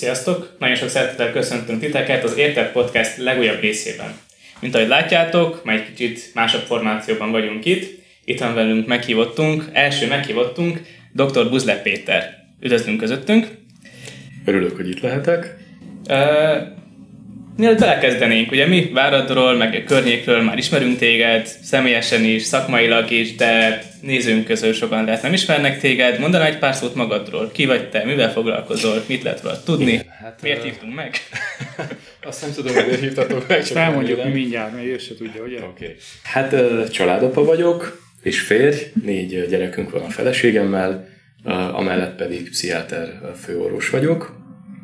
Sziasztok! Nagyon sok szeretettel köszöntünk titeket az Érted Podcast legújabb részében. Mint ahogy látjátok, már egy kicsit másabb formációban vagyunk itt. Itt van velünk első meghívottunk, dr. Buzle Péter. Üdvözlünk közöttünk! Örülök, hogy itt lehetek. Mielőtt belekezdenénk, ugye mi Váradról, meg a környékről már ismerünk téged, személyesen is, szakmailag is, de nézőnk közül sokan lehet nem ismernek téged. Mondanál egy pár szót magadról? Ki vagy te? Mivel foglalkozol? Mit lehet róla tudni? Igen, miért hívtunk meg? Azt nem tudom, hogy miért hívtatok meg. Csak felmondjuk mi mindjárt, mert ő se tudja, ugye? Okay. Hát családapa vagyok, és férj, 4 gyerekünk van a feleségemmel, amellett pedig pszichiáter főorvos vagyok.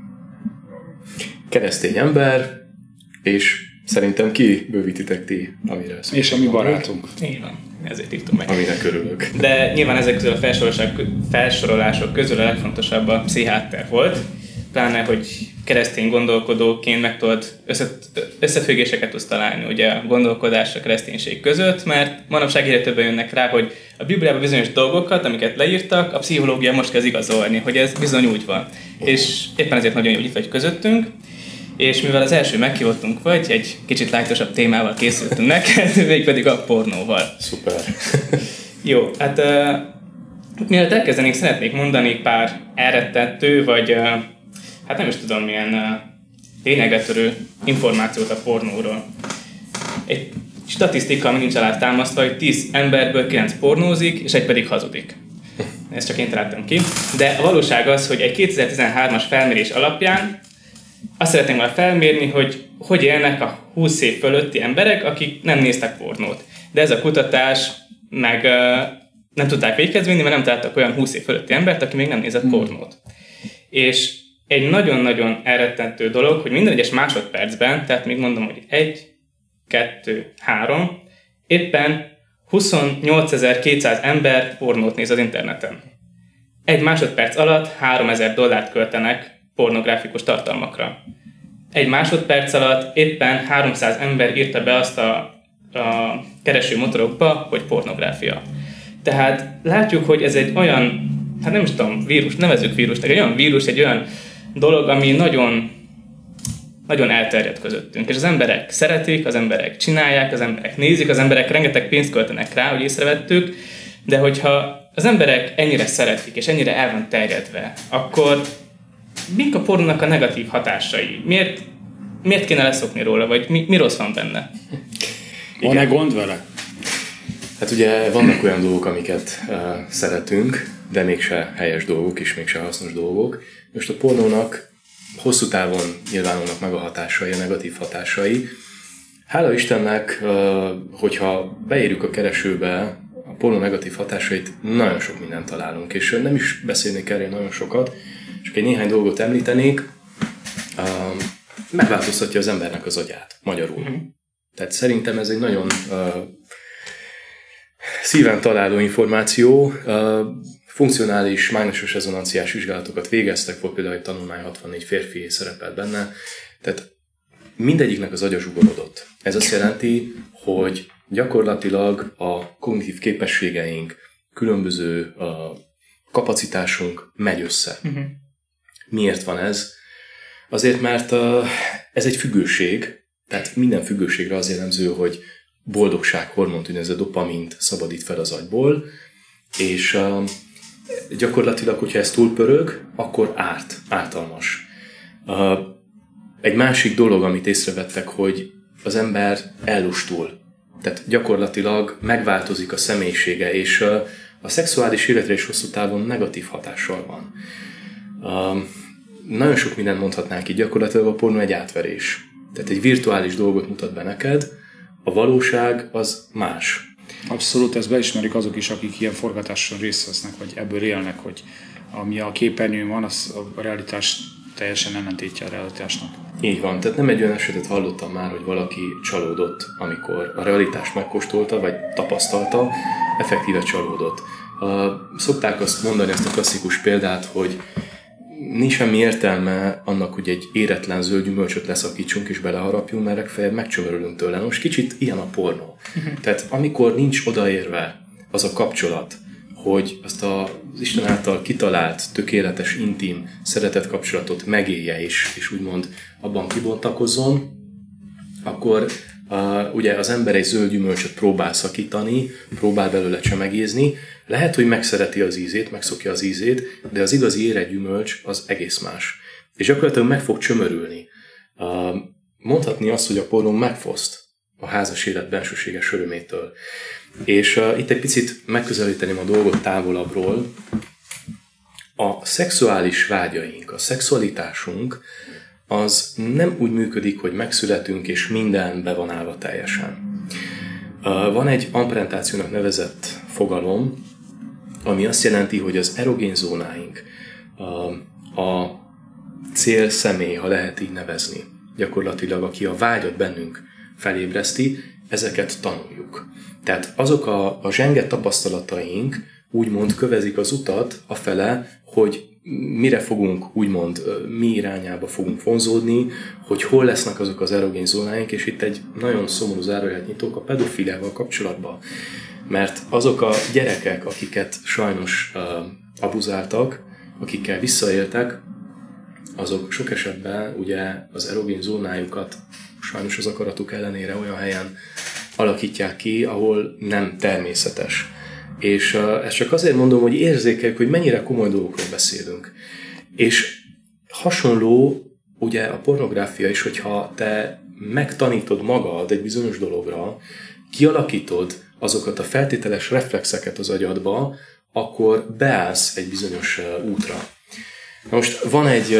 Keresztény ember, és szerintem kibővítitek ti, amire szó. És a mi barátunk. Így van, ezért hívtunk meg. Aminek örülök. De nyilván ezek közül a felsorolások közül a legfontosabb a pszichiáter volt, pláne, hogy keresztény gondolkodóként meg tudod összefüggéseket tudsz találni ugye a gondolkodás a kereszténység között, mert manapság egyre többen jönnek rá, hogy a Bibliában bizonyos dolgokat, amiket leírtak, a pszichológia most kezd igazolni, hogy ez bizony úgy van. És éppen ezért nagyon jó, hogy itt vagy közöttünk, és mivel az első meghívottunk vagy, egy kicsit lájtosabb témával készültünk neked, mégpedig a pornóval. Szuper. Jó, hát mielőtt elkezdenénk, szeretnék mondani pár elrettentő, vagy hát nem is tudom milyen lényegre törő információt a pornóról. Egy statisztika, ami nincs alátámasztva, hogy 10 emberből 9 pornózik, és egy pedig hazudik. Ezt csak én találtam ki. De a valóság az, hogy egy 2013-as felmérés alapján azt szeretném volna felmérni, hogy élnek a 20 év fölötti emberek, akik nem néztek pornót. De ez a kutatás meg nem tudták véghez vinni, mert nem találtak olyan 20 év fölötti embert, aki még nem nézett pornót. És egy nagyon-nagyon elrettentő dolog, hogy minden egyes másodpercben, tehát még mondom, hogy 1, 2, 3, éppen 28.200 ember pornót néz az interneten. Egy másodperc alatt $3000 költenek pornográfikus tartalmakra. Egy másodperc alatt éppen 300 ember írta be azt a keresőmotorokba, hogy pornográfia. Tehát látjuk, hogy ez egy olyan, hát nem is tudom, vírus, nevezzük vírusnak, egy olyan vírus, egy olyan dolog, ami nagyon, nagyon elterjedt közöttünk. És az emberek szeretik, az emberek csinálják, az emberek nézik, az emberek rengeteg pénzt költenek rá, hogy észrevettük, de hogyha az emberek ennyire szeretik, és ennyire el van terjedve, akkor mik a pornónak a negatív hatásai? Miért kéne leszokni róla, vagy mi rossz van benne? Van-e gond vele? Hát ugye vannak olyan dolgok, amiket szeretünk, de mégse helyes dolgok, és mégse hasznos dolgok. Most a pornónak hosszú távon nyilvánulnak meg a hatásai, a negatív hatásai. Hála Istennek, hogyha beírjuk a keresőbe a pornó negatív hatásait, nagyon sok mindent találunk, és nem is beszélnék erről nagyon sokat, csak egy néhány dolgot említenék, megváltoztatja az embernek az agyát, magyarul. Tehát szerintem ez egy nagyon szíven találó információ. Funkcionális mágneses rezonanciás vizsgálatokat végeztek, volt például egy tanulmány, 64 férfi szerepelt benne. Tehát mindegyiknek az agya zsugorodott. Ez azt jelenti, hogy gyakorlatilag a kognitív képességeink, különböző kapacitásunk megy össze. Miért van ez? Azért, mert ez egy függőség, tehát minden függőségre az jellemző, hogy boldogsághormont, úgynevezett dopamint szabadít fel az agyból, és gyakorlatilag, hogyha ez túlpörög, akkor ártalmas. Egy másik dolog, amit észrevettek, hogy az ember ellustul. Tehát gyakorlatilag megváltozik a személyisége, és a szexuális életre is hosszú távon negatív hatással van. Nagyon sok mindent mondhatnánk így, gyakorlatilag a pornó egy átverés. Tehát egy virtuális dolgot mutat be neked, a valóság az más. Abszolút, ezt beismerik azok is, akik ilyen forgatáson részt vesznek, vagy ebből élnek, hogy ami a képernyőn van, az a realitás teljesen ellentétje a realitásnak. Így van, tehát nem egy olyan esetet hallottam már, hogy valaki csalódott, amikor a realitást megkóstolta, vagy tapasztalta, effektíve csalódott. Szokták azt mondani, ezt a klasszikus példát, hogy nincs semmi értelme annak, hogy egy éretlen zöld gyümölcsöt leszakítsunk és beleharapjunk, mert legfeljebb megcsömörülünk tőle. Most kicsit ilyen a pornó. Tehát amikor nincs odaérve az a kapcsolat hogy azt az Isten által kitalált, tökéletes, intim szeretet kapcsolatot megélje és úgymond abban kibontakozzon, akkor ugye az ember egy zöld gyümölcsöt próbál szakítani, próbál belőle csemegézni, lehet, hogy megszereti az ízét, megszokja az ízét, de az igazi érett gyümölcs az egész más. És gyakorlatilag meg fog csömörülni. Mondhatni azt, hogy a pornó megfoszt a házas élet bensőséges örömétől. És itt egy picit megközelíteném a dolgot távolabbról. A szexuális vágyaink, a szexualitásunk az nem úgy működik, hogy megszületünk és minden be van állva teljesen. Van egy amprentációnak nevezett fogalom, ami azt jelenti, hogy az erogén zónáink, a célszemély, ha lehet így nevezni, gyakorlatilag aki a vágyat bennünk felébreszti, ezeket tanuljuk. Tehát azok a zsenge tapasztalataink úgymond kövezik az utat afele, hogy mire fogunk, úgymond mi irányába fogunk vonzódni, hogy hol lesznek azok az erogén zónáink, és itt egy nagyon szomorú zárójelet nyitok a pedofiliával kapcsolatban. Mert azok a gyerekek, akiket sajnos abuzáltak, akikkel visszaéltek, azok sok esetben ugye az erogén zónájukat sajnos az akaratuk ellenére olyan helyen alakítják ki, ahol nem természetes. És ezt csak azért mondom, hogy érzékeljük, hogy mennyire komoly dolgokról beszélünk. És hasonló ugye a pornográfia is, hogyha te megtanítod magad egy bizonyos dologra, kialakítod azokat a feltételes reflexeket az agyadba, akkor beállsz egy bizonyos útra. Na most van egy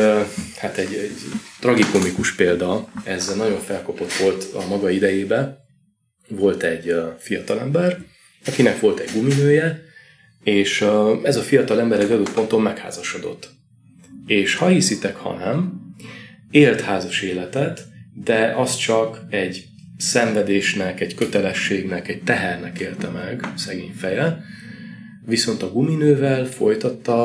tragikomikus példa, ez nagyon felkopott volt a maga idejébe. Volt egy fiatalember, akinek volt egy guminője, és ez a fiatalember egy adott ponton megházasodott. És ha hiszitek, ha nem, élt házas életet, de az csak egy szenvedésnek, egy kötelességnek, egy tehernek élte meg, szegény feje, viszont a guminővel folytatta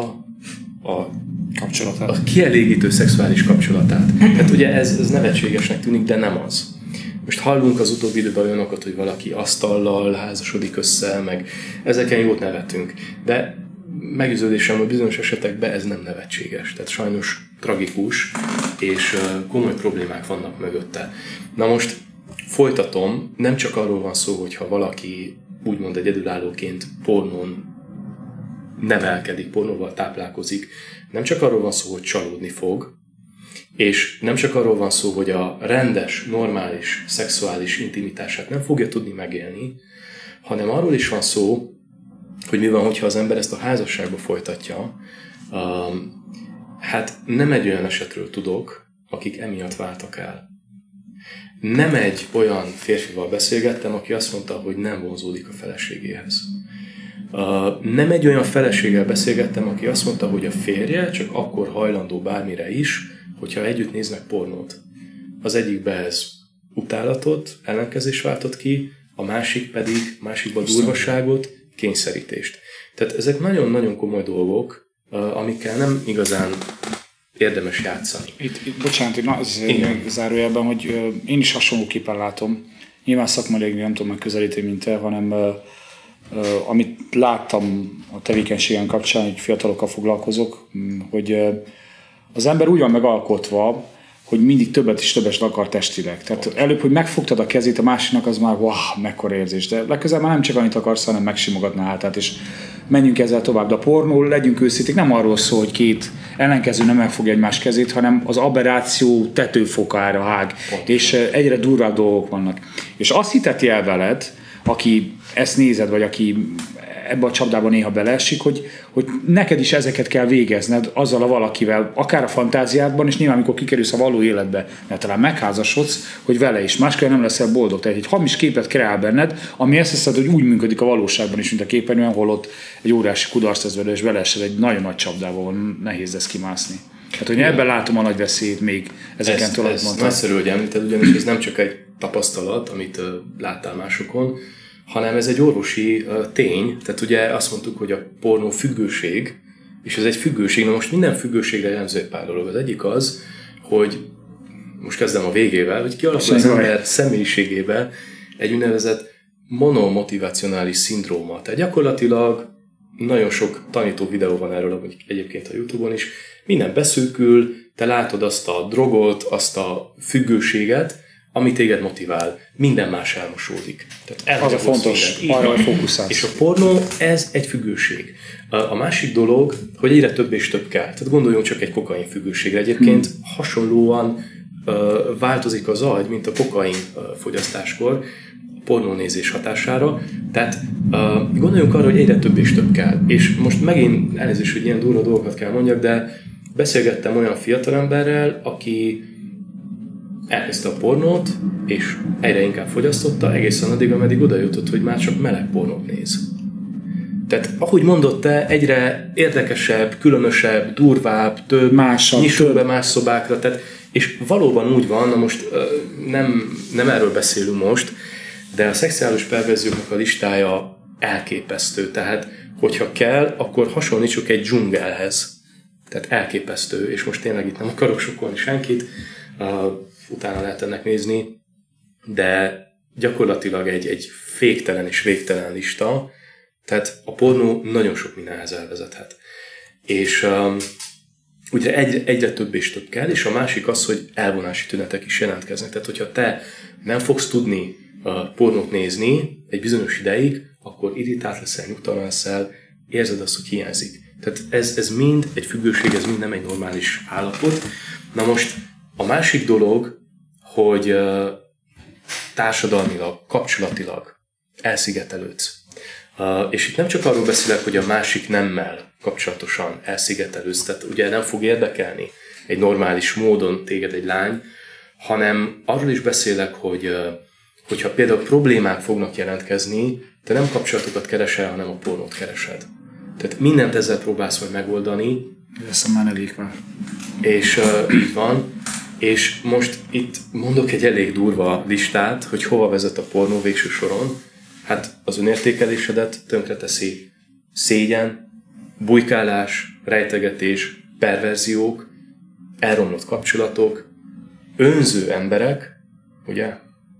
a kielégítő szexuális kapcsolatát. Tehát ugye ez nevetségesnek tűnik, de nem az. Most hallunk az utóbbi időben olyanokat, hogy valaki asztallal házasodik össze, meg ezeken jót nevetünk. De meggyőződésem, hogy bizonyos esetekben ez nem nevetséges. Tehát sajnos tragikus, és komoly problémák vannak mögötte. Na most folytatom, nem csak arról van szó, hogyha valaki úgymond egyedülállóként pornón nevelkedik, pornóval táplálkozik, nem csak arról van szó, hogy csalódni fog, és nem csak arról van szó, hogy a rendes, normális, szexuális intimitását nem fogja tudni megélni, hanem arról is van szó, hogy mi van, hogyha az ember ezt a házasságba folytatja. Hát nem egy olyan esetről tudok, akik emiatt váltak el. Nem egy olyan férfival beszélgettem, aki azt mondta, hogy nem vonzódik a feleségéhez. Nem egy olyan feleséggel beszélgettem, aki azt mondta, hogy a férje csak akkor hajlandó bármire is, hogyha együtt néznek pornót. Az egyikbe ez utálatot, ellenkezést váltott ki, a másikba durvaságot, kényszerítést. Tehát ezek nagyon-nagyon komoly dolgok, amikkel nem igazán érdemes játszani. Bocsánat, zárójelben, hogy én is hasonlóképpen látom. Nyilván szakmailag nem tudom megközelíteni, mint te, hanem amit láttam a tevékenységem kapcsán, hogy fiatalokkal foglalkozok, hogy az ember úgy van megalkotva, hogy mindig többet és többet akar testileg. Tehát előbb, hogy megfogtad a kezét a másiknak, az már mekkora érzés. De legközelebb már nem csak annyit akarsz, hanem megsimogatná hátát, és menjünk ezzel tovább. De a pornó, legyünk őszíték, nem arról szól, hogy két ellenkező nem megfogja egymás kezét, hanem az aberráció tetőfokára hág. És egyre durvább dolgok vannak. És azt hiteti el veled, aki ezt nézed, vagy aki ebbe a csapdában néha beleesik, hogy neked is ezeket kell végezned azzal a valakivel, akár a fantáziádban, és nyilván amikor kikerülsz a való életbe, mert talán megházasodsz, hogy vele is. Másképp nem leszel boldog. Tehát egy hamis képet kreál benned, ami ezt hiszed, hogy úgy működik a valóságban is, mint a képernyőn, holott egy óriási kudarc ez vele, és beleesed egy nagyon nagy csapdába, nehéz lesz kimászni. Hát, hogy ebben látom a nagy veszélyt még ezeken tőle mondtam. Ez nagyszerű, hogy említed, ugyanis ez nem csak egy tapasztalat, amit láttál másokon, hanem ez egy orvosi tény. Tehát ugye azt mondtuk, hogy a pornó függőség, és ez egy függőség. Na most minden függőségre jellemző egy pár dolog. Az egyik az, hogy most kezdem a végével, hogy kialakul az ember személyiségébe egy úgynevezett monomotivacionális szindróma. Tehát gyakorlatilag nagyon sok tanító videó van erről, egyébként a YouTube-on is, minden beszűkül, te látod azt a drogot, azt a függőséget, ami téged motivál, minden más elmosódik. Tehát az a fontos, arra fókuszálsz. És a pornó, ez egy függőség. A másik dolog, hogy egyre több és több kell. Tehát gondoljunk csak egy kokain függőségre. Egyébként hasonlóan változik az agy, mint a kokain fogyasztáskor, a pornónézés hatására. Tehát gondoljunk arra, hogy egyre több és több kell. És most megint elnézést, hogy ilyen durva dolgokat kell mondjak, de beszélgettem olyan fiatalemberrel, aki elkezdte a pornót, és egyre inkább fogyasztotta, egészen addig, ameddig oda jutott, hogy már csak meleg pornót néz. Tehát, ahogy mondott te, egyre érdekesebb, különösebb, durvább, több, nyissul be más szobákra, tehát, és valóban úgy van, na most nem erről beszélünk most, de a szexuális perverzióknak a listája elképesztő. Tehát, hogyha kell, akkor hasonlítsuk egy dzsungelhez. Tehát elképesztő, és most tényleg itt nem akarok sokkolni senkit, utána lehet ennek nézni, de gyakorlatilag egy féktelen és végtelen lista, tehát a pornó nagyon sok mindenhez elvezethet. És ugye egyre több és több kell, és a másik az, hogy elvonási tünetek is jelentkeznek. Tehát, hogyha te nem fogsz tudni pornót nézni egy bizonyos ideig, akkor irritált leszel, nyugtalan leszel, érzed azt, hogy hiányzik. Tehát ez mind egy függőség, ez mind nem egy normális állapot. Na most a másik dolog, hogy társadalmilag, kapcsolatilag elszigetelődsz. És itt nem csak arról beszélek, hogy a másik nemmel kapcsolatosan elszigetelődsz, tehát ugye nem fog érdekelni egy normális módon téged egy lány, hanem arról is beszélek, hogyha például problémák fognak jelentkezni, te nem kapcsolatokat keresel, hanem a pornót keresed. Tehát mindent ezzel próbálsz majd megoldani. Ez már elég már. És így van. És most itt mondok egy elég durva listát, hogy hova vezet a pornó végső soron. Hát az önértékelésedet tönkreteszi szégyen, bujkálás, rejtegetés, perverziók, elromlott kapcsolatok, önző emberek, ugye?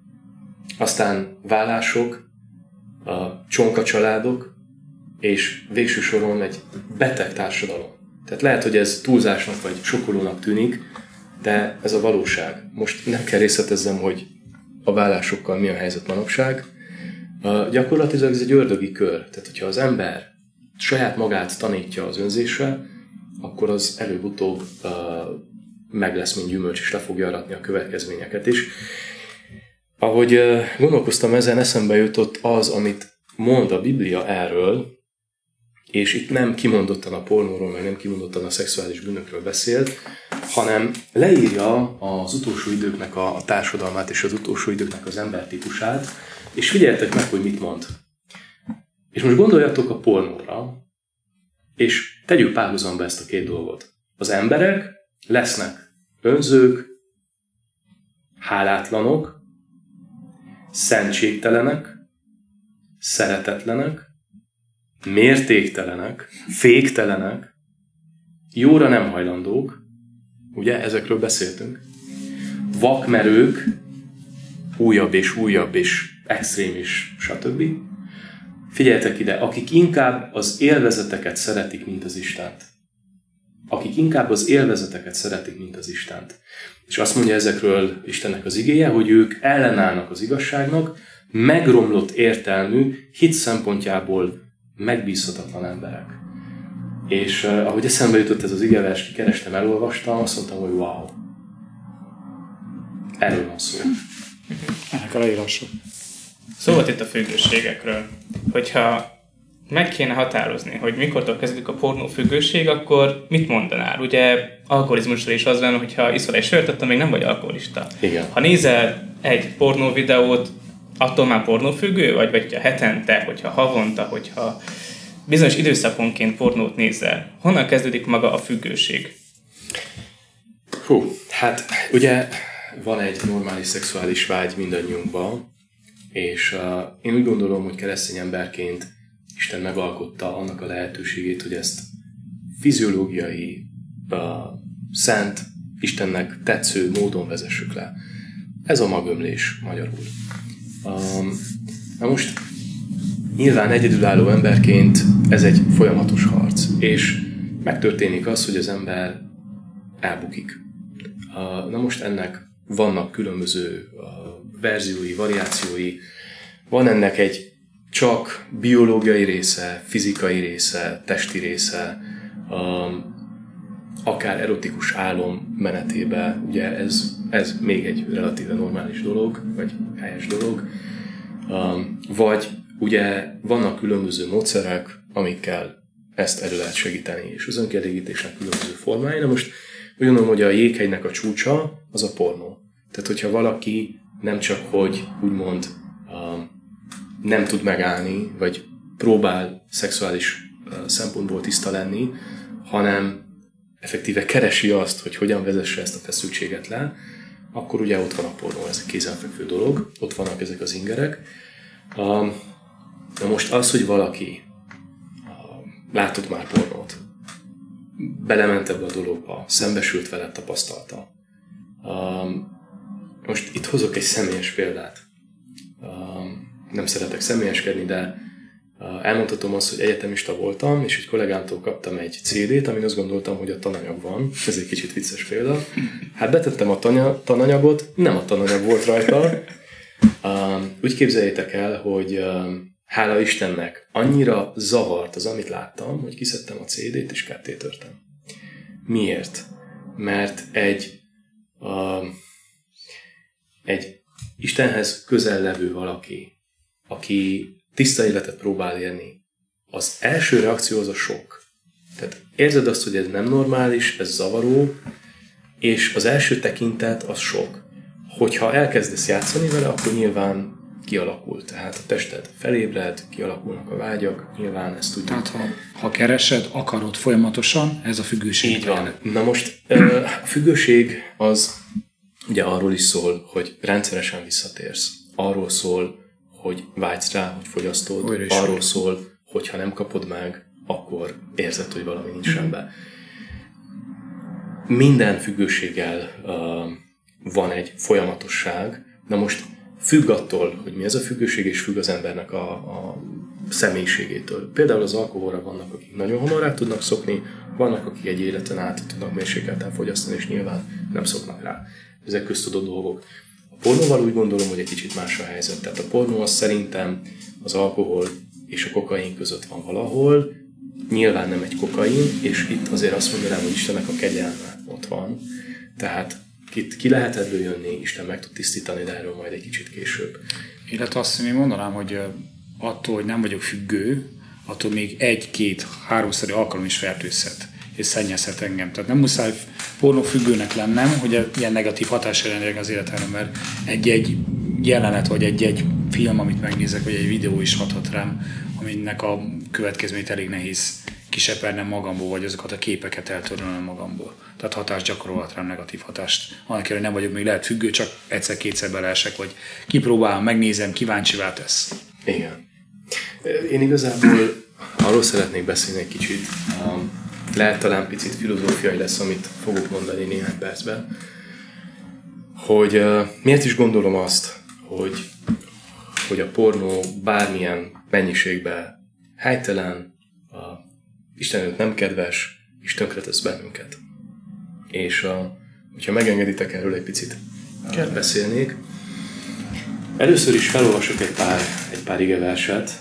Aztán vállások, a csonka családok, és végső soron egy beteg társadalom. Tehát lehet, hogy ez túlzásnak vagy sokkolónak tűnik, de ez a valóság. Most nem kell részletezzem, hogy a vállásokkal mi a helyzet manapság. Gyakorlatilag ez egy ördögi kör. Tehát, hogyha az ember saját magát tanítja az önzésre, akkor az előbb-utóbb meg lesz, mint gyümölcs, és le fogja aratni a következményeket is. Ahogy gondolkoztam ezen, eszembe jutott az, amit mond a Biblia erről, és itt nem kimondottan a pornóról, meg nem kimondottan a szexuális bűnökről beszél, hanem leírja az utolsó időknek a társadalmát és az utolsó időknek az embertípusát, és figyeljetek meg, hogy mit mond. És most gondoljatok a pornóra, és tegyük párhuzamba ezt a két dolgot. Az emberek lesznek önzők, hálátlanok, szentségtelenek, szeretetlenek, mértéktelenek, féktelenek, jóra nem hajlandók, ugye, ezekről beszéltünk, vakmerők, újabb és extrém és stb. Figyeljetek ide, akik inkább az élvezeteket szeretik, mint az Istent. Akik inkább az élvezeteket szeretik, mint az Istent. És azt mondja ezekről Istennek az igéje, hogy ők ellenállnak az igazságnak, megromlott értelmű, hit szempontjából megbízhatatlan emberek. És ahogy eszembe jutott ez az igevers, kikerestem, elolvastam, azt mondtam, hogy wow. Erről van szó. Ennek a leírása. Szóval itt a függőségekről. Hogyha meg kéne határozni, hogy mikortól kezdődik a pornófüggőség, akkor mit mondanál? Ugye alkoholizmusra is az van, hogyha iszol egy sört, attól még nem vagy alkoholista. Igen. Ha nézel egy pornó videót, attól már pornófüggő vagy hogyha hetente, hogyha havonta, hogyha bizonyos időszakonként pornót nézel. Honnan kezdődik maga a függőség? Hát ugye van egy normális szexuális vágy mindannyiunkban, és én úgy gondolom, hogy keresztény emberként Isten megalkotta annak a lehetőségét, hogy ezt fiziológiai, szent, Istennek tetsző módon vezessük le. Ez a magömlés magyarul. Na most Nyilván egyedülálló emberként ez egy folyamatos harc, és megtörténik az, hogy az ember elbukik. Na most ennek vannak különböző verziói, variációi, van ennek egy csak biológiai része, fizikai része, testi része, akár erotikus álom menetében, ugye ez még egy relatíve normális dolog, vagy helyes dolog, vagy ugye vannak különböző módszerek, amikkel ezt elő lehet segíteni, és az önkielégítésnek különböző formái. Na most úgy gondolom, hogy a jéghegynek a csúcsa az a pornó. Tehát, hogyha valaki nem csak, hogy úgymond nem tud megállni, vagy próbál szexuális szempontból tiszta lenni, hanem effektíve keresi azt, hogy hogyan vezesse ezt a feszültséget le, akkor ugye ott van a pornó, ez egy kézenfekvő dolog, ott vannak ezek az ingerek. Na most az, hogy valaki látott már pornót, belement ebbe a dologba, szembesült vele, tapasztalta. Most itt hozok egy személyes példát. Nem szeretek személyeskedni, de elmondhatom azt, hogy egyetemista voltam, és egy kollégámtól kaptam egy CD-t, amin azt gondoltam, hogy a tananyag van. Ez egy kicsit vicces példa. Hát betettem a tananyagot, nem a tananyag volt rajta. Úgy képzeljétek el, hogy hála Istennek annyira zavart az, amit láttam, hogy kiszedtem a CD-t, és ketté törtem. Miért? Mert egy Istenhez közel levő valaki, aki tiszta életet próbál élni, az első reakció az a sok. Tehát érzed azt, hogy ez nem normális, ez zavaró, és az első tekintet az sok. Hogyha elkezdesz játszani vele, akkor nyilván kialakul. Tehát a tested felébred, kialakulnak a vágyak, nyilván ezt tudjuk. Tehát ha keresed, akarod folyamatosan, ez a függőség. Így van. Na most a függőség az ugye arról is szól, hogy rendszeresen visszatérsz. Arról szól, hogy vágysz rá, hogy fogyasztod. Arról szól, hogy ha nem kapod meg, akkor érzed, hogy valami nincs rendben. Minden függőséggel van egy folyamatosság. Na most függ attól, hogy mi ez a függőség, és függ az embernek a személyiségétől. Például az alkoholra vannak, akik nagyon hamar rá tudnak szokni, vannak, akik egy életen át tudnak mérsékelten fogyasztani, és nyilván nem szoknak rá. Ezek köztudott dolgok. A pornóval úgy gondolom, hogy egy kicsit más a helyzet. Tehát a pornó az szerintem az alkohol és a kokain között van valahol. Nyilván nem egy kokain, és itt azért azt mondanám, hogy Istennek a kegyelme ott van. Tehát ki lehet ebből jönni, Isten meg tud tisztítani, de erről majd egy kicsit később. Illetve azt én mondanám, hogy attól, hogy nem vagyok függő, attól még 1-2-3-szori alkalom is fertőzhet és szennyezhet engem. Tehát nem muszáj pornófüggőnek lennem, hogy ilyen negatív hatásra legyen az életemre, mert egy-egy jelenet, vagy egy-egy film, amit megnézek, vagy egy videó is hathat rám, aminek a következményét elég nehéz kisepernem magamból, vagy azokat a képeket eltörölnem magamból. Tehát hatást gyakorolhat rám, negatív hatást. Annak hogy nem vagyok még lehet függő, csak egyszer-kétszer beleesek, vagy kipróbálom, megnézem, kíváncsivá tesz. Igen. Én igazából arról szeretnék beszélni egy kicsit, lehet talán picit filozófiai lesz, amit fogok mondani néhány percben, hogy miért is gondolom azt, hogy a pornó bármilyen mennyiségben helytelen, Isten előtt nem kedves, és tönkretesz bennünket. És hogyha megengeditek, erről egy picit beszélnék. Először is felolvasok egy pár igeverset.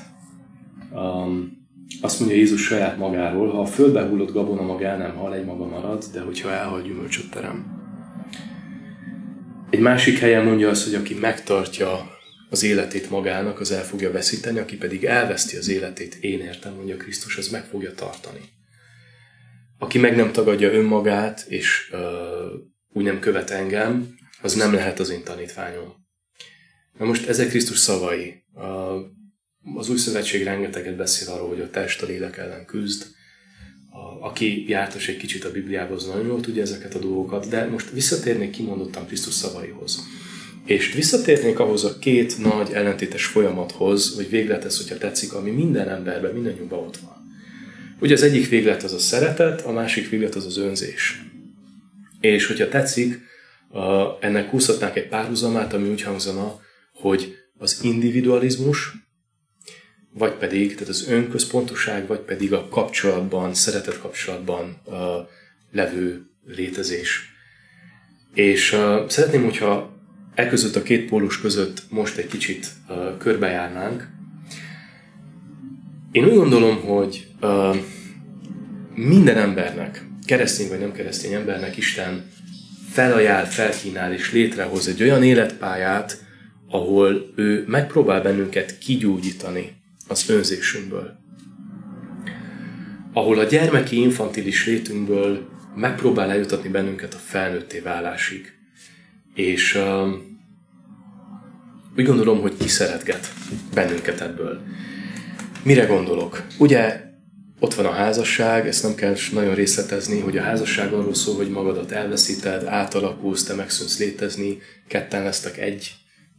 Azt mondja Jézus saját magáról, ha a földbe hullott gabona mag el nem hal, egy maga marad, de hogyha elhal, gyümölcsöt terem. Egy másik helyen mondja azt, hogy aki megtartja az életét magának, az el fogja veszíteni, aki pedig elveszti az életét, én értem, mondja Krisztus, az meg fogja tartani. Aki meg nem tagadja önmagát, és úgy nem követ engem, az nem lehet az én tanítványom. Na most ezek Krisztus szavai. Az Új Szövetség rengeteget beszél arról, hogy a test a lélek ellen küzd. Aki jártas egy kicsit a Bibliába, az nagyon jól tudja ezeket a dolgokat, de most visszatérnék kimondottan Krisztus szavaihoz. És visszatérnék ahhoz a két nagy ellentétes folyamathoz, vagy véglethez, hogyha tetszik, ami minden emberben, mindannyiunkban ott van. Ugye az egyik véglet az a szeretet, a másik véglet az az önzés. És hogyha tetszik, ennek húzhatnánk egy párhuzamát, ami úgy hangzana, hogy az individualizmus vagy pedig, tehát az önközpontoság, vagy pedig a kapcsolatban, szeretet kapcsolatban levő létezés. És szeretném, hogyha között a két pólus között most egy kicsit körbejárnánk. Én úgy gondolom, hogy minden embernek, keresztény vagy nem keresztény embernek Isten felajánl, felkínál és létrehoz egy olyan életpályát, ahol ő megpróbál bennünket kigyógyítani az önzésünkből. Ahol a gyermeki infantilis létünkből megpróbál eljutatni bennünket a felnőtté válásig. És úgy gondolom, hogy kiszeretget bennünket ebből. Mire gondolok? Ugye ott van a házasság, ezt nem kell nagyon részletezni, hogy a házasság arról szól, hogy magadat elveszíted, átalakulsz, te megszűnsz létezni, ketten lesztek egy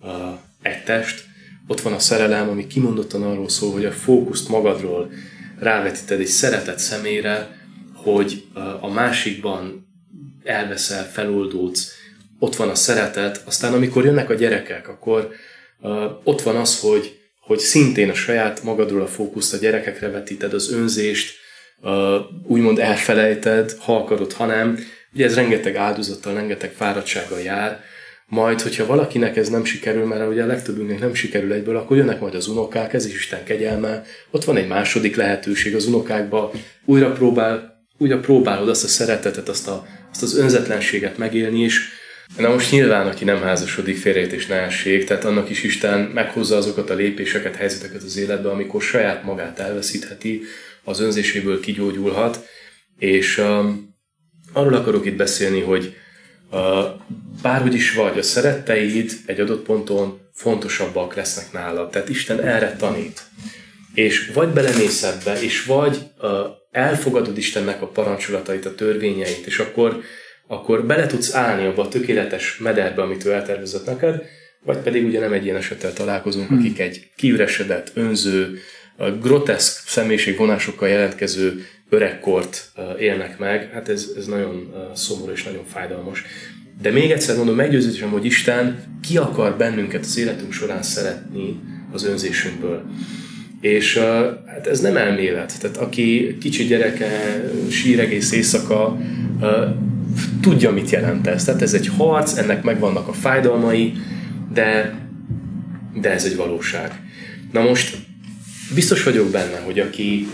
test. Ott van a szerelem, ami kimondottan arról szól, hogy a fókuszt magadról rávetíted egy szeretett személyre, hogy a másikban elveszel, feloldódsz. Ott van a szeretet, aztán amikor jönnek a gyerekek, akkor ott van az, hogy szintén a saját magadról a fókuszt a gyerekekre vetíted, az önzést, úgymond elfelejted, ha akarod, ha nem. Ugye ez rengeteg áldozattal, rengeteg fáradtsággal jár. Majd, hogyha valakinek ez nem sikerül, mert ugye a legtöbbünknek nem sikerül egyből, akkor jönnek majd az unokák, ez is Isten kegyelme. Ott van egy második lehetőség az unokákba, újra próbálod azt a szeretetet, azt az önzetlenséget megélni is. Na most nyilván, aki nem házasodik, félreértés ne essék, tehát annak is Isten meghozza azokat a lépéseket, helyzeteket az életbe, amikor saját magát elveszítheti, az önzéséből kigyógyulhat, és arról akarok itt beszélni, hogy bárhogy is vagy, a szeretteid egy adott ponton fontosabbak lesznek nálad. Tehát Isten erre tanít. És vagy belemész ebbe, és vagy elfogadod Istennek a parancsolatait, a törvényeit, és akkor bele tudsz állni abba a tökéletes mederbe, amit ő eltervezett neked, vagy pedig ugye nem egy ilyen esettel találkozunk, akik egy kiüresedett, önző, groteszk személyiségvonásokkal jelentkező öregkort élnek meg. Hát ez nagyon szomorú és nagyon fájdalmas. De még egyszer mondom, meggyőződésem, hogy Isten ki akar bennünket az életünk során szeretni az önzésünkből. És hát ez nem elmélet. Tehát aki kicsi gyereke, sír egész éjszaka, tudja, mit jelent ez. Tehát ez egy harc, ennek megvannak a fájdalmai, de ez egy valóság. Na most biztos vagyok benne, hogy aki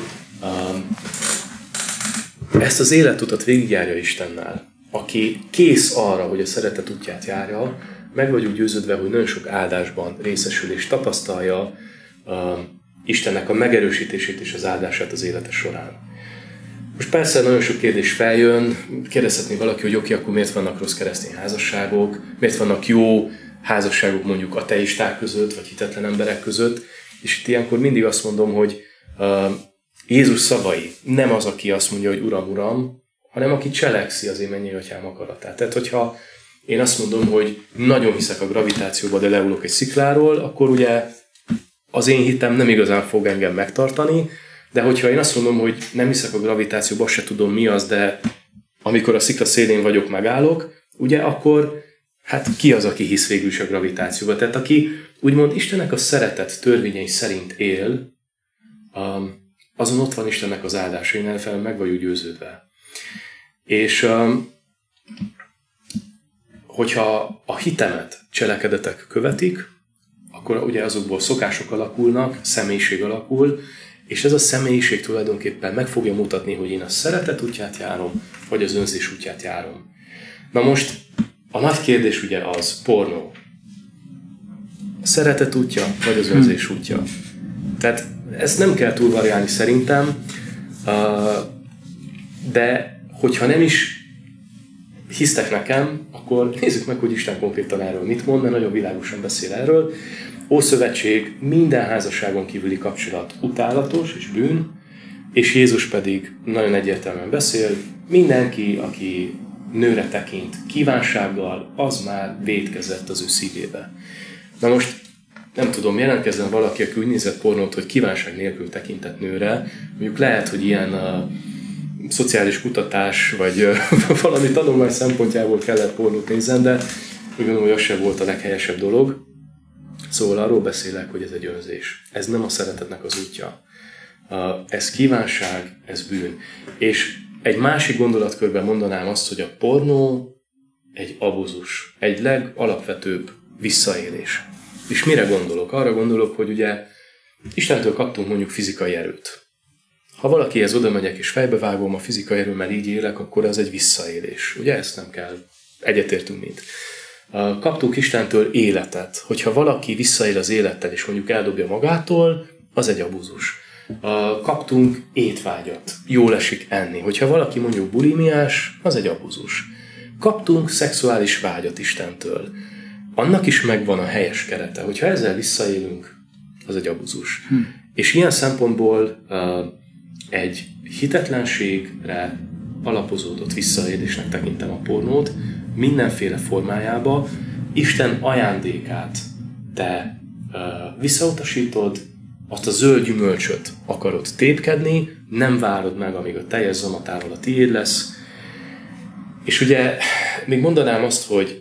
ezt az életutat végigjárja Istennel, aki kész arra, hogy a szeretet útját járja, meg vagyok győződve, hogy nagyon sok áldásban részesül és tapasztalja Istennek a megerősítését és az áldását az élete során. Most persze nagyon sok kérdés feljön, kérdezhetné valaki, hogy oké, akkor miért vannak rossz keresztény házasságok, miért vannak jó házasságok mondjuk ateisták között, vagy hitetlen emberek között, és itt ilyenkor mindig azt mondom, hogy Jézus szavai nem az, aki azt mondja, hogy Uram, Uram, hanem aki cselekszi az én mennyei atyám akaratát. Tehát, hogyha én azt mondom, hogy nagyon hiszek a gravitációba, de leulok egy szikláról, akkor ugye az én hitem nem igazán fog engem megtartani, de hogyha én azt mondom, hogy nem hiszek a gravitációba, se tudom mi az, de amikor a szikla szélén vagyok, megállok, ugye akkor hát ki az, aki hisz végül is a gravitációba? Tehát aki úgymond Istennek a szeretet törvényei szerint él, azon ott van Istennek az áldása, én elfelem meg vagyok győződve. És hogyha a hitemet cselekedetek követik, akkor ugye azokból szokások alakulnak, személyiség alakul, és ez a személyiség tulajdonképpen meg fogja mutatni, hogy én a szeretet útját járom, vagy az önzés útját járom. Na most a nagy kérdés ugye az, pornó. A szeretet útja, vagy az önzés útja. Tehát ezt nem kell túlvariálni szerintem, de hogyha nem is hisztek nekem, akkor nézzük meg, hogy Isten konkrétan erről mit mond, mert nagyon világosan beszél erről. Ószövetség, minden házasságon kívüli kapcsolat utálatos és bűn, és Jézus pedig nagyon egyértelműen beszél, mindenki, aki nőre tekint kívánsággal, az már vétkezett az ő szívébe. Na most nem tudom, jelentkezzen valaki, aki úgy nézett pornót, hogy kívánság nélkül tekintett nőre, mondjuk lehet, hogy ilyen szociális kutatás, vagy valami tanulmány szempontjából kellett pornót nézzen, de úgy gondolom, hogy az sem volt a leghelyesebb dolog. Szóval arról beszélek, hogy ez egy önzés. Ez nem a szeretetnek az útja. Ez kívánság, ez bűn. És egy másik gondolatkörben mondanám azt, hogy a pornó egy abuzus, egy legalapvetőbb visszaélés. És mire gondolok? Arra gondolok, hogy ugye Istentől kaptunk mondjuk fizikai erőt. Ha valakihez oda megyek és fejbevágom a fizikai erőmmel így élek, akkor az egy visszaélés. Ugye ezt nem kell, egyetértünk mind. Kaptunk Istentől életet. Hogyha valaki visszaél az élettel és mondjuk eldobja magától, az egy abuzus. Kaptunk étvágyat, jól esik enni. Hogyha valaki mondjuk bulimiás, az egy abuzus. Kaptunk szexuális vágyat Istentől. Annak is megvan a helyes kerete. Hogyha ezzel visszaélünk, az egy abuzus. És ilyen szempontból egy hitetlenségre alapozódott visszaélésnek tekintem a pornót, mindenféle formájába. Isten ajándékát te visszautasítod, azt a zöld gyümölcsöt akarod tépkedni, nem várod meg, amíg a teljes zonatával a tiéd lesz. És ugye még mondanám azt, hogy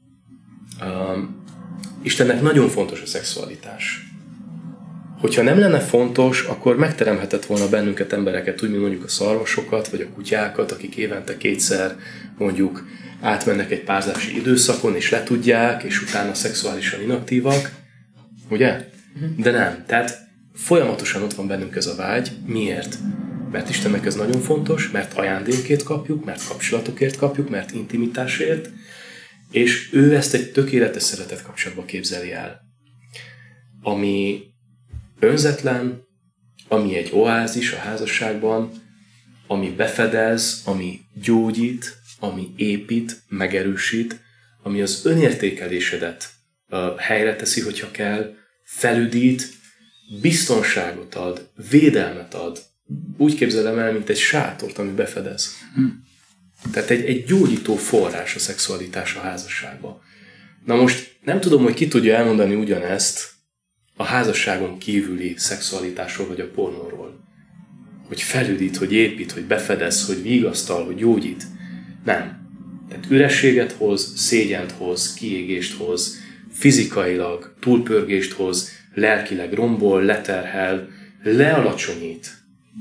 Istennek nagyon fontos a szexualitás. Hogyha nem lenne fontos, akkor megteremhetett volna bennünket embereket, úgy, mint mondjuk a szarvasokat, vagy a kutyákat, akik évente 2-szer mondjuk átmennek egy párzási időszakon, és letudják, és utána szexuálisan inaktívak. Ugye? De nem. Tehát folyamatosan ott van bennünk ez a vágy. Miért? Mert Istennek ez nagyon fontos, mert ajándékért kapjuk, mert kapcsolatokért kapjuk, mert intimitásért, és ő ezt egy tökéletes szeretet kapcsolatba képzeli el. Ami önzetlen, ami egy oázis a házasságban, ami befedez, ami gyógyít, ami épít, megerősít, ami az önértékelésedet helyre teszi, hogyha kell, felüdít, biztonságot ad, védelmet ad. Úgy képzelem el, mint egy sátort, ami befedez. Tehát egy gyógyító forrás a szexualitás a házasságban. Na most nem tudom, hogy ki tudja elmondani ugyanezt a házasságon kívüli szexualitásról vagy a pornóról. Hogy felüdít, hogy épít, hogy befedez, hogy vigasztal, hogy gyógyít. Nem. Tehát ürességet hoz, szégyent hoz, kiégést hoz, fizikailag túlpörgést hoz, lelkileg rombol, leterhel, lealacsonyít.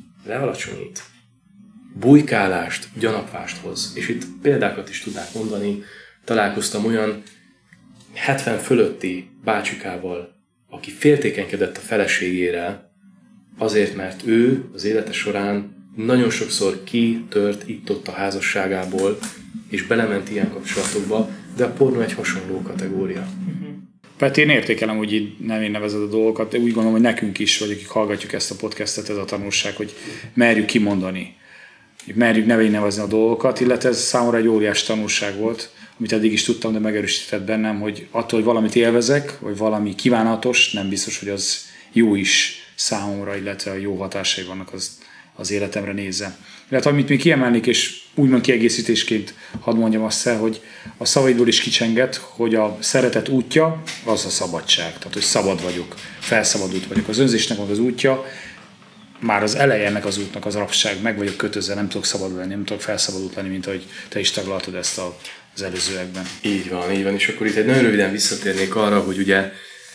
Bujkálást, gyanakvást hoz. És itt példákat is tudnák mondani. Találkoztam olyan 70 fölötti bácsikával, aki féltékenykedett a feleségére, azért, mert ő az élete során nagyon sokszor kitört itt-ott a házasságából, és belement ilyen kapcsolatokba, de a pornó egy hasonló kategória. Peti, én értékelem, hogy így nem én nevezed a dolgokat, de úgy gondolom, hogy nekünk is, vagy akik hallgatjuk ezt a podcastet, ez a tanulság, hogy merjük kimondani, merjük nevezni a dolgokat, illetve ez számomra egy óriás tanulság volt, amit eddig is tudtam, de megerősített bennem, hogy attól, hogy valamit élvezek, vagy valami kívánatos, nem biztos, hogy az jó is számomra, illetve jó hatásai vannak az életemre nézve. Illetve amit még kiemelnék, és úgymond kiegészítésként hadd mondjam azt el, hogy a szavaidból is kicsengett, hogy a szeretet útja az a szabadság. Tehát, hogy szabad vagyok, felszabadult vagyok. Az önzésnek az útja, már az eleje ennek az útnak az rabság, meg vagyok kötözve, nem tudok szabadul lenni, nem tudok felszabadult lenni, mint ahogy te is taglaltad ezt az előzőekben. Így van, és akkor itt egy nagyon röviden visszatérnék arra, hogy ugye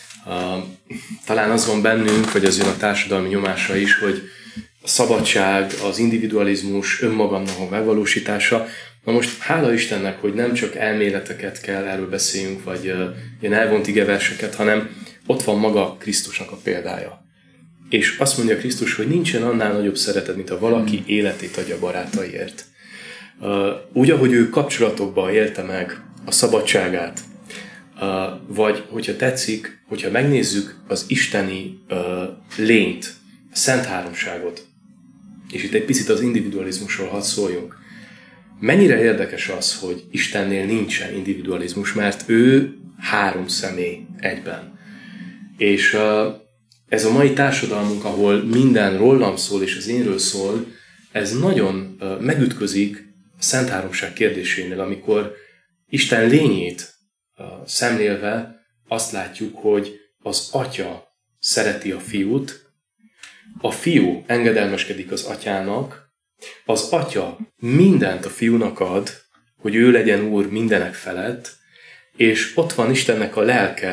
talán az van bennünk, vagy az jön a társadalmi nyomása is, hogy a szabadság, az individualizmus, önmagamnak a megvalósítása. Na most hála Istennek, hogy nem csak elméleteket kell erről beszéljünk, vagy ilyen elvont igeverseket, hanem ott van maga Krisztusnak a példája. És azt mondja Krisztus, hogy nincsen annál nagyobb szeretet, mint ha valaki életét adja barátaiért. Úgy, ahogy ő kapcsolatokban élte meg a szabadságát, vagy hogyha tetszik, hogyha megnézzük az isteni lényt, a Szent Háromságot, és itt egy picit az individualizmusról hadd szóljunk. Mennyire érdekes az, hogy Istennél nincsen individualizmus, mert ő 3 személy egyben. És ez a mai társadalmunk, ahol minden rólam szól és az énről szól, ez nagyon megütközik a Szent Háromság kérdésénél, amikor Isten lényét szemlélve azt látjuk, hogy az Atya szereti a Fiút, a Fiú engedelmeskedik az Atyának, az Atya mindent a Fiúnak ad, hogy ő legyen Úr mindenek felett, és ott van Istennek a lelke,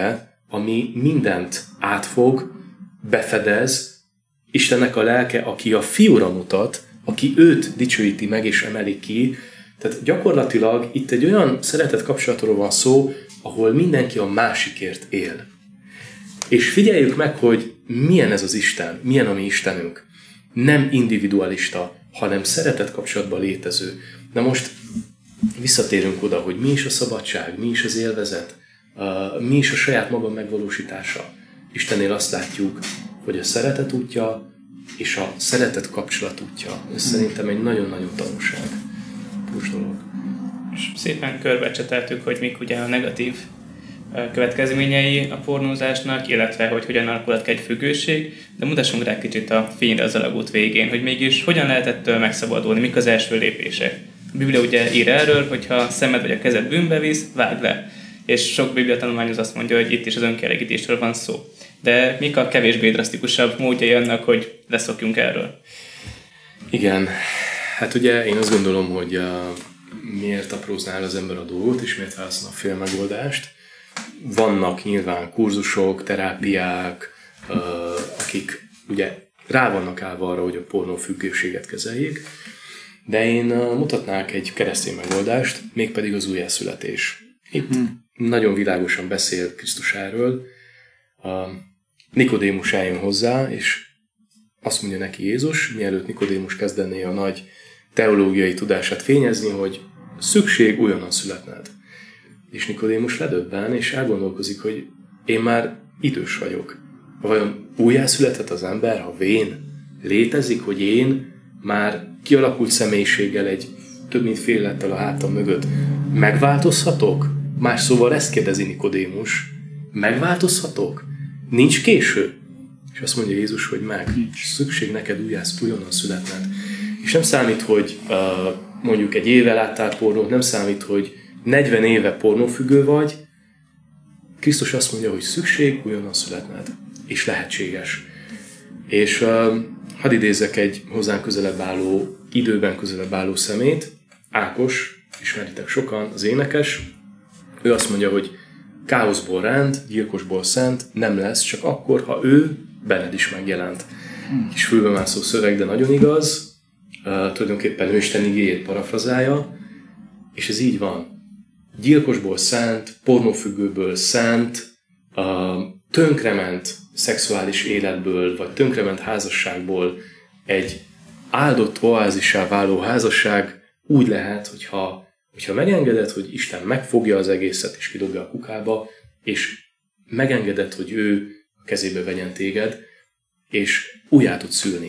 ami mindent átfog, befedez, Istennek a lelke, aki a Fiúra mutat, aki őt dicsőíti meg és emeli ki. Tehát gyakorlatilag itt egy olyan szeretett kapcsolatról van szó, ahol mindenki a másikért él. És figyeljük meg, hogy milyen ez az Isten, milyen a mi Istenünk. Nem individualista, hanem szeretett kapcsolatban létező. Na most visszatérünk oda, hogy mi is a szabadság, mi is az élvezet, mi is a saját magam megvalósítása. Istennél azt látjuk, hogy a szeretet útja és a szeretet kapcsolat útja. Ez szerintem egy nagyon-nagyon tanulságos dolog. Szépen körbecseteltük, hogy mik ugye a negatív következményei a pornózásnak, illetve hogy hogyan alakulhat egy függőség, de mutassunk rá kicsit a fényre az alagút végén, hogy mégis hogyan lehet ettől megszabadulni, mik az első lépések. A Biblia ugye ír erről, hogyha szemed vagy a kezed bűnbe visz, vágd le. És sok Biblia tanulmányoz azt mondja, hogy itt is az önkielégítésről van szó. De mik a kevésbé drasztikusabb módjai annak, hogy leszokjunk erről? Igen, hát ugye én azt gondolom, hogy miért apróznál az ember a dolgot, és miért válaszol a fél megoldást. Vannak nyilván kurzusok, terápiák, akik ugye rá vannak állva arra, hogy a pornófüggőséget kezeljék, de én mutatnák egy keresztény megoldást, mégpedig az újjászületés. Itt nagyon világosan beszél Krisztus erről. Nikodémus eljön hozzá, és azt mondja neki Jézus, mielőtt Nikodémus kezdené a nagy teológiai tudását fényezni, hogy szükség újonnan születned. És Nikodémus ledöbben, és elgondolkozik, hogy én már idős vagyok. Vajon újjászülethet az ember, ha vén? Létezik, hogy én már kialakult személyiséggel egy több mint fél lettel a hátam mögött megváltozhatok? Más szóval ezt kérdezi Nikodémus. Megváltozhatok? Nincs késő? És azt mondja Jézus, hogy meg. Szükség neked újonnan születned. És nem számít, hogy mondjuk egy éve láttál pornót, nem számít, hogy 40 éve pornófüggő vagy. Krisztus azt mondja, hogy szükség újonnan születned. És lehetséges. És hadd idézzek egy hozzánk közelebb álló, időben közelebb álló szemét. Ákos, ismeritek sokan, az énekes. Ő azt mondja, hogy káoszból rend, gyilkosból szent nem lesz, csak akkor, ha ő benned is megjelent. Kis fülbemászó szöveg, de nagyon igaz. Tulajdonképpen ő Isten igéjét parafrazálja, és ez így van. Gyilkosból szent, pornófüggőből szent, tönkrement szexuális életből, vagy tönkrement házasságból egy áldott oázissá váló házasság úgy lehet, hogyha megengeded, hogy Isten megfogja az egészet és kidobja a kukába, és megengeded, hogy ő a kezébe vegyen téged, és újjá tud szülni.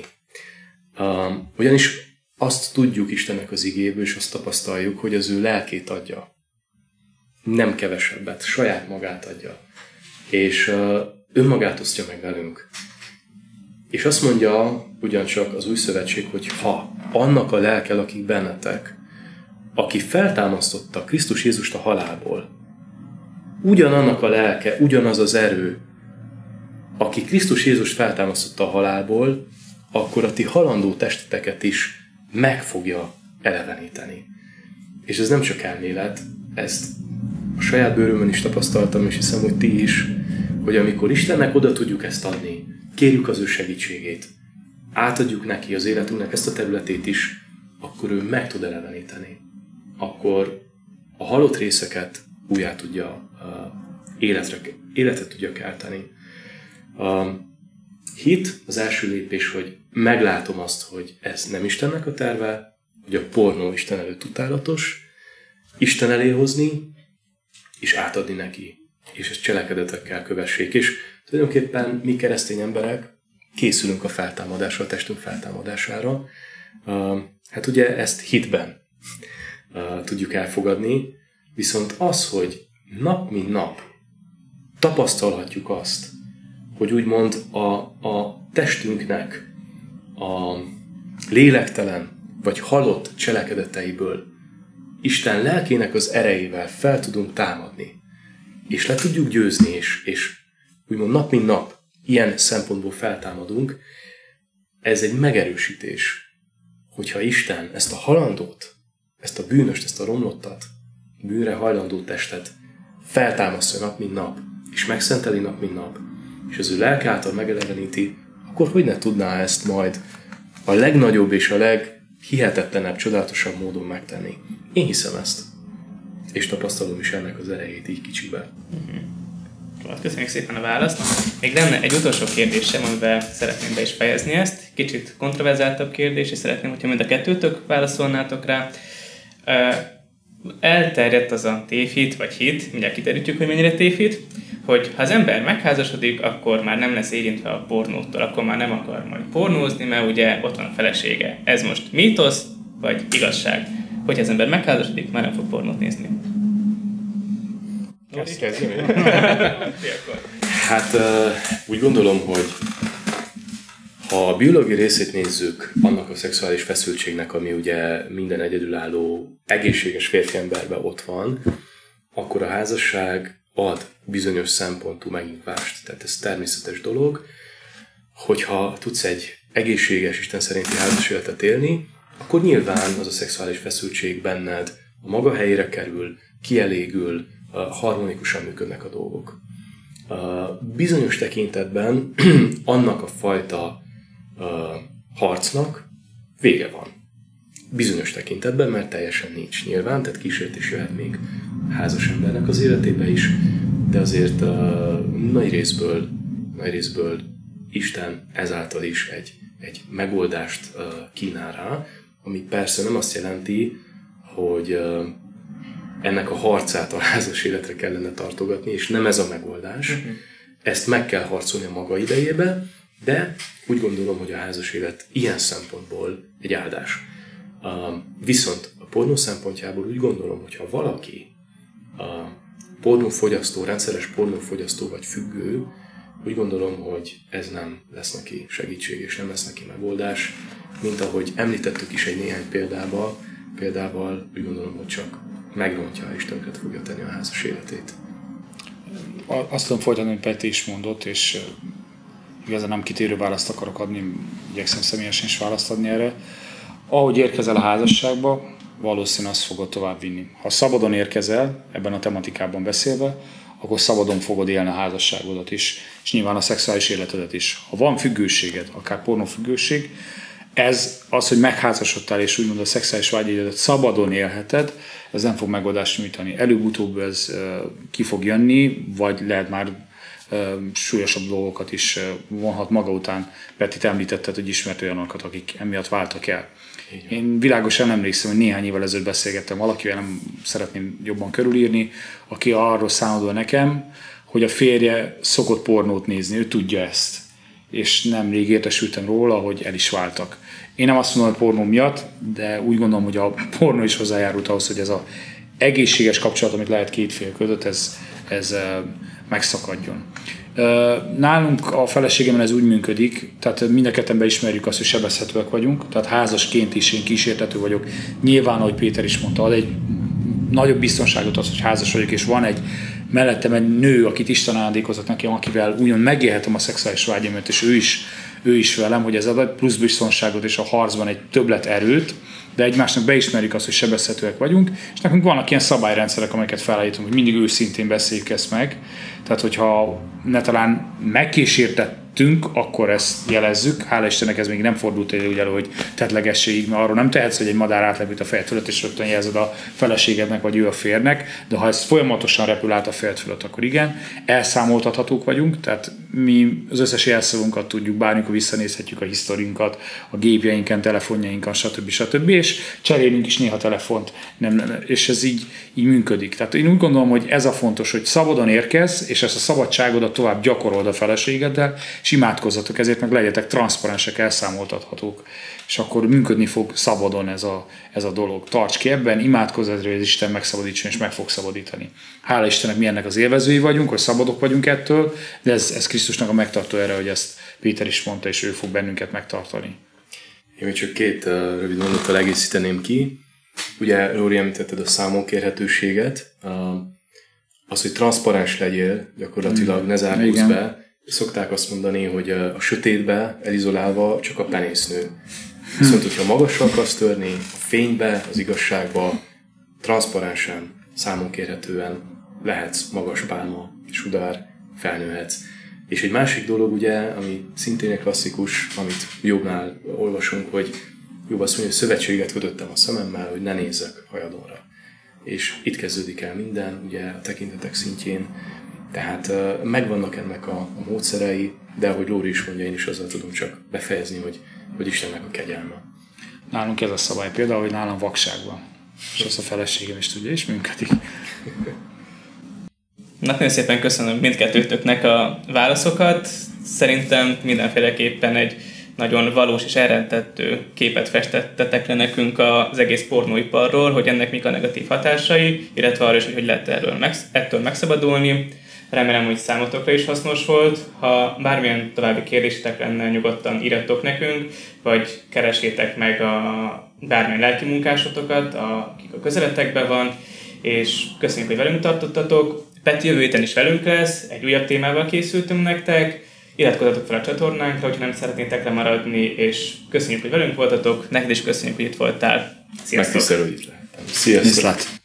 Ugyanis azt tudjuk Istennek az igéből, és azt tapasztaljuk, hogy az ő lelkét adja. Nem kevesebbet, saját magát adja. És önmagát osztja meg velünk. És azt mondja ugyancsak az új szövetség, hogy ha annak a lelke lakik bennetek, aki feltámasztotta Krisztus Jézust a halálból, ugyanannak a lelke, ugyanaz az erő, aki Krisztus Jézust feltámasztotta a halálból, akkor a ti halandó testeteket is meg fogja eleveníteni. És ez nem csak elmélet, ezt a saját bőrömön is tapasztaltam, és hiszem, hogy ti is, hogy amikor Istennek oda tudjuk ezt adni, kérjük az ő segítségét, átadjuk neki az életünknek ezt a területét is, akkor ő meg tud eleveníteni. Akkor a halott részeket újjá tudja, életet tudja kelteni. A hit az első lépés, hogy meglátom azt, hogy ez nem Istennek a terve, hogy a pornó Isten előtt utálatos, Isten elé hozni, és átadni neki. És ezt cselekedetekkel kövessék. És tulajdonképpen mi keresztény emberek készülünk a feltámadásra, a testünk feltámadására. Hát ugye ezt hitben tudjuk elfogadni, viszont az, hogy nap mint nap tapasztalhatjuk azt, hogy úgymond a testünknek a lélektelen vagy halott cselekedeteiből Isten lelkének az erejével fel tudunk támadni, és le tudjuk győzni, és úgymond nap mint nap ilyen szempontból feltámadunk, ez egy megerősítés, hogyha Isten ezt a halandót, ezt a bűnöst, ezt a romlottat, bűnre hajlandó testet feltámasztja nap mint nap, és megszenteli nap mint nap, és az ő lelke által megeleveníti, akkor hogy ne tudná ezt majd a legnagyobb és a leghihetetlenebb, csodálatosabb módon megtenni? Én hiszem ezt. És tapasztalom is ennek az erejét így kicsibe. Köszönjük szépen a választ. Még lenne egy utolsó kérdésem, amivel szeretném be is fejezni ezt. Kicsit kontroverzáltabb kérdés, és szeretném, hogyha mind a kettőtök válaszolnátok rá. Elterjedt az a tévhit, vagy hit, mindjárt kiderítjük, hogy mennyire tévhit, hogy ha az ember megházasodik, akkor már nem lesz érintve a pornótól, akkor már nem akar majd pornózni, mert ugye ott van a felesége. Ez most mítosz, vagy igazság? Hogyha az ember megházasodik, már nem fog pornót nézni. Hát úgy gondolom, hogy ha a biológiai részét nézzük annak a szexuális feszültségnek, ami ugye minden egyedülálló, egészséges férfi emberben ott van, akkor a házasság ad bizonyos szempontú megnyugvást. Tehát ez természetes dolog, hogyha tudsz egy egészséges, Isten szerinti házas életet élni, akkor nyilván az a szexuális feszültség benned a maga helyére kerül, kielégül, harmonikusan működnek a dolgok. Bizonyos tekintetben annak a fajta harcnak vége van. Bizonyos tekintetben, mert teljesen nincs nyilván, tehát kísértés jöhet még házas embernek az életébe is, de azért nagy részből Isten ezáltal is egy megoldást kínál rá, ami persze nem azt jelenti, hogy ennek a harcát a házas életre kellene tartogatni, és nem ez a megoldás. Ezt meg kell harcolni a maga idejébe, de úgy gondolom, hogy a házas élet ilyen szempontból egy áldás. Viszont a pornó szempontjából úgy gondolom, hogy ha valaki pornófogyasztó, rendszeres pornófogyasztó vagy függő, úgy gondolom, hogy ez nem lesz neki segítség, és nem lesz neki megoldás, mint ahogy említettük is egy néhány példával, úgy gondolom, hogy csak megrontja és tönkret fogja tenni a házas életét. Azt tudom folytatni, hogy Peti is mondott, és igazán nem kitérő választ akarok adni, igyekszem személyesen is választ adni erre. Ahogy érkezel a házasságba, valószínűleg azt fogod tovább vinni. Ha szabadon érkezel, ebben a tematikában beszélve, akkor szabadon fogod élni a házasságodat is, és nyilván a szexuális életedet is. Ha van függőséged, akár pornófüggőség, ez az, hogy megházasodtál, és úgymond a szexuális vágyaidat szabadon élheted, ez nem fog megoldást nyújtani. Előbb-utóbb ez ki fog jönni, vagy lehet már súlyosabb dolgokat is vonhat maga után. Peti, te említetted, hogy ismert olyanokat, akik emiatt váltak el. Én világosan emlékszem, hogy néhány évvel ezelőtt beszélgettem valakivel, nem szeretném jobban körülírni, aki arról számolt nekem, hogy a férje szokott pornót nézni, ő tudja ezt. És nemrég értesültem róla, hogy el is váltak. Én nem azt mondom, hogy pornó miatt, de úgy gondolom, hogy a pornó is hozzájárult ahhoz, hogy ez az egészséges kapcsolat, amit lehet két fél között, ez megszakadjon. Nálunk a feleségemmel ez úgy működik, tehát mind a ketten beismerjük azt, hogy sebezhetőek vagyunk, tehát házasként is én kísértető vagyok. Nyilván, ahogy Péter is mondta, ad egy nagyobb biztonságot az, hogy házas vagyok, és van egy mellettem egy nő, akit Isten ajándékozott nekem, akivel úgymond megélhetem a szexuális vágyamat, és ő is velem, hogy ez ad egy plusz biztonságot és a harcban egy többlet erőt, de egymásnak beismerjük azt, hogy sebezhetőek vagyunk, és nekünk vannak ilyen szabályrendszerek, amelyeket felállítunk, hogy mindig őszintén beszéljük ezt meg. Tehát, hogyha talán megkísértettünk, akkor ezt jelezzük. Hála Istennek ez még nem fordult elő, hogy tettlegességig, mert arról nem tehetsz, hogy egy madár átlépít a fejed fölött, és rögtön jelzed a feleségednek, vagy ő a férnek, de ha ez folyamatosan repül át a fejed fölött, akkor igen, elszámoltathatók vagyunk, tehát mi az összes jelszavunkat tudjuk, bármikor visszanézhetjük a historinkat, a gépjeinken, telefonjainkat, stb. És cserélünk is néha telefont, és ez így működik. Tehát én úgy gondolom, hogy ez a fontos, hogy szabadon érkezz, és ezt a szabadságodat tovább gyakorold a feleségeddel, és imádkozzatok ezért, meg legyetek transzparensek, elszámoltathatók, és akkor működni fog szabadon ez a dolog. Tarts ki ebben, imádkozz ezért, hogy az Isten megszabadítson, és meg fog szabadítani. Hála Istennek, mi ennek az élvezői vagyunk, hogy szabadok vagyunk ettől, de ez Krisztusnak a megtartó erre, hogy ezt Péter is mondta, és ő fog bennünket megtartani. Én még csak két rövid mondattal egészíteném ki. Ugye, Lóri, említetted a számonkérhetőséget, az, hogy transzparens legyél, gyakorlatilag ne zárkózz be. Szokták azt mondani, hogy a sötétbe elizolálva csak a penész nő. Viszont, hogyha magasra akarsz törni, a fénybe, az igazságba, transzparensen, számonkérhetően lehetsz magas pálma, sudár, felnőhetsz. És egy másik dolog ugye, ami szintén egy klasszikus, amit Jobbnál olvasunk, hogy Jobb azt mondja, hogy szövetséget kötöttem a szememmel, hogy ne nézzek hajadonra. És itt kezdődik el minden, ugye a tekintetek szintjén, tehát megvannak ennek a módszerei, de ahogy Lóri is mondja, én is azzal tudom csak befejezni, hogy Istennek a kegyelme. Nálunk ez a szabály például, hogy nálam vakság van. És azt a feleségem is tudja, és működik. Nagyon szépen köszönöm mindkettőtöknek a válaszokat. Szerintem mindenféleképpen egy nagyon valós és elrendettő képet festettetek le nekünk az egész pornóiparról, hogy ennek mik a negatív hatásai, illetve arra is, hogy lehet ettől megszabadulni. Remélem, hogy számotokra is hasznos volt. Ha bármilyen további kérdésetek lenne, nyugodtan írjatok nekünk, vagy keresétek meg bármilyen lelki munkásotokat, akik a közeletekben van, és köszönjük, hogy velünk tartottatok. Peti jövő héten is velünk lesz, egy újabb témával készültünk nektek. Iratkozzatok fel a csatornánkra, hogyha nem szeretnétek lemaradni, és köszönjük, hogy velünk voltatok, neked is köszönjük, hogy itt voltál. Sziasztok! Megtisztelő, hogy itt lehettem. Sziasztok!